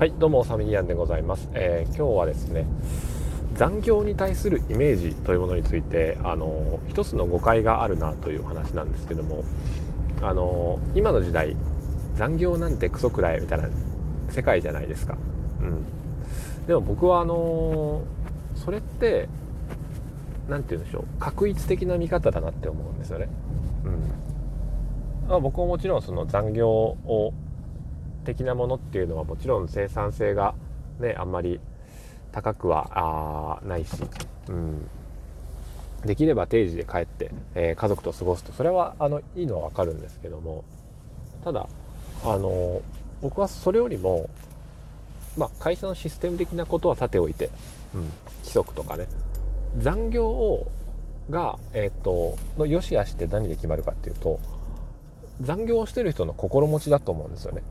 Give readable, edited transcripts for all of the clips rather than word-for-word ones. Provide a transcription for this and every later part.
はい、どうもサミギアンでございます。今日はですね、残業に対するイメージというものについて一つの誤解があるなという話なんですけども、今の時代残業なんてクソくらいみたいな世界じゃないですか。でも僕はそれってなんて言うんでしょう、画一的な見方だなって思うんですよね。僕ももちろんその残業を的なものっていうのはもちろん生産性がねあんまり高くはないし、できれば定時で帰って、家族と過ごすとそれはいいのは分かるんですけども、ただ僕はそれよりも、会社のシステム的なことはさておいて、規則とかね、残業が、の良し悪しって何で決まるかっていうと、残業をしてる人の心持ちだと思うんですよね。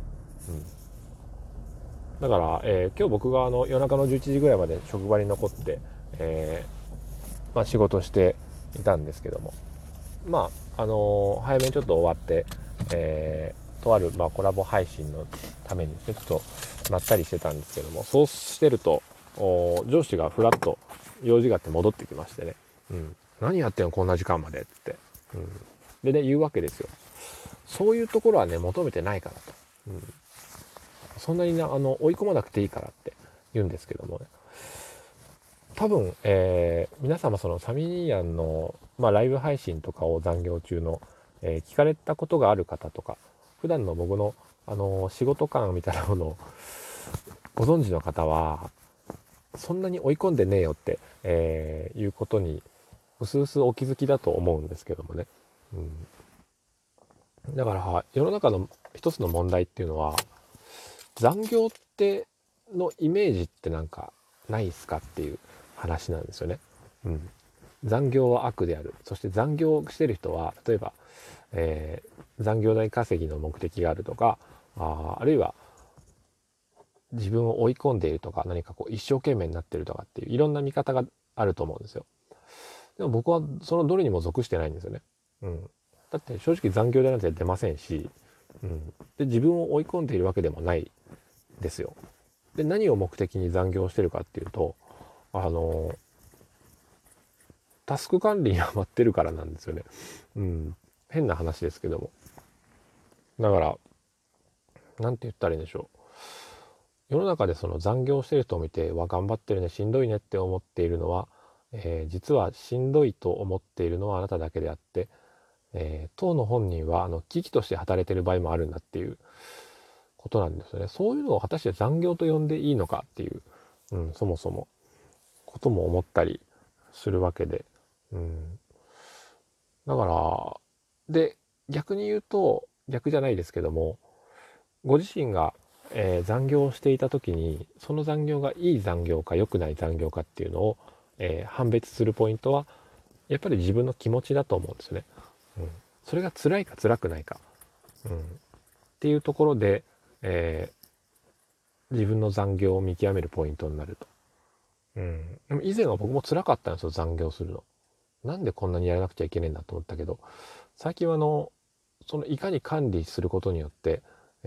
だから、今日僕が夜中の11時ぐらいまで職場に残って、仕事していたんですけども、早めにちょっと終わって、とある、コラボ配信のためにちょっとまったりしてたんですけども、そうしてると上司がふらっと用事があって戻ってきましてね、何やってんのこんな時間までって、でね言うわけですよ。そういうところはね求めてないからと、そんなに追い込まなくていいからって言うんですけどもね、多分、皆様そのサミニアンの、ライブ配信とかを残業中の、聞かれたことがある方とか、普段の僕の、仕事感みたいなものをご存知の方は、そんなに追い込んでねえよって、いうことにうすうすお気づきだと思うんですけどもね、だから世の中の一つの問題っていうのは、残業ってのイメージってなんかないっすかっていう話なんですよね。残業は悪である。そして残業してる人は例えば、残業代稼ぎの目的があるとか、あるいは自分を追い込んでいるとか、何かこう一生懸命になってるとかっていういろんな見方があると思うんですよ。でも僕はそのどれにも属してないんですよね。だって正直残業代なんて出ませんし、で自分を追い込んでいるわけでもないですよ。で何を目的に残業してるかっていうと、タスク管理にハマってるからなんですよね。変な話ですけども。だからなんて言ったらいいんでしょう。世の中でその残業してる人を見て、頑張ってるね、しんどいねって思っているのは、実はしんどいと思っているのはあなただけであって、当の本人は危機として働いている場合もあるんだっていうことなんですよね。そういうのを果たして残業と呼んでいいのかっていう、そもそもことも思ったりするわけで、だからで逆に言うと、逆じゃないですけども、ご自身が、残業をしていた時にその残業がいい残業か良くない残業かっていうのを、判別するポイントはやっぱり自分の気持ちだと思うんですよね。それが辛いか辛くないか、っていうところで、自分の残業を見極めるポイントになると。でも以前は僕も辛かったんですよ、残業するの。なんでこんなにやらなくちゃいけないんだと思ったけど、最近はそのいかに管理することによって、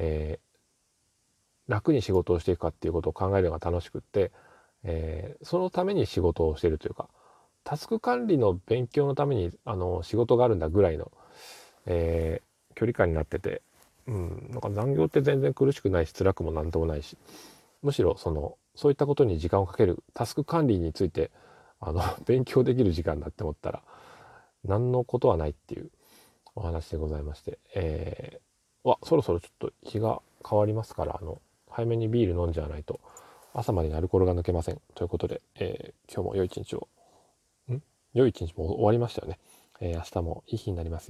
楽に仕事をしていくかっていうことを考えるのが楽しくって、そのために仕事をしているというか、タスク管理の勉強のために仕事があるんだぐらいの、距離感になってて、なんか残業って全然苦しくないし辛くもなんともないし、むしろそういったことに時間をかけるタスク管理について勉強できる時間だって思ったら何のことはないっていうお話でございまして、そろそろちょっと日が変わりますから、早めにビール飲んじゃわないと朝までにアルコールが抜けませんということで、今日も良い一日を良い一日も終わりましたよね。明日もいい日になりますよ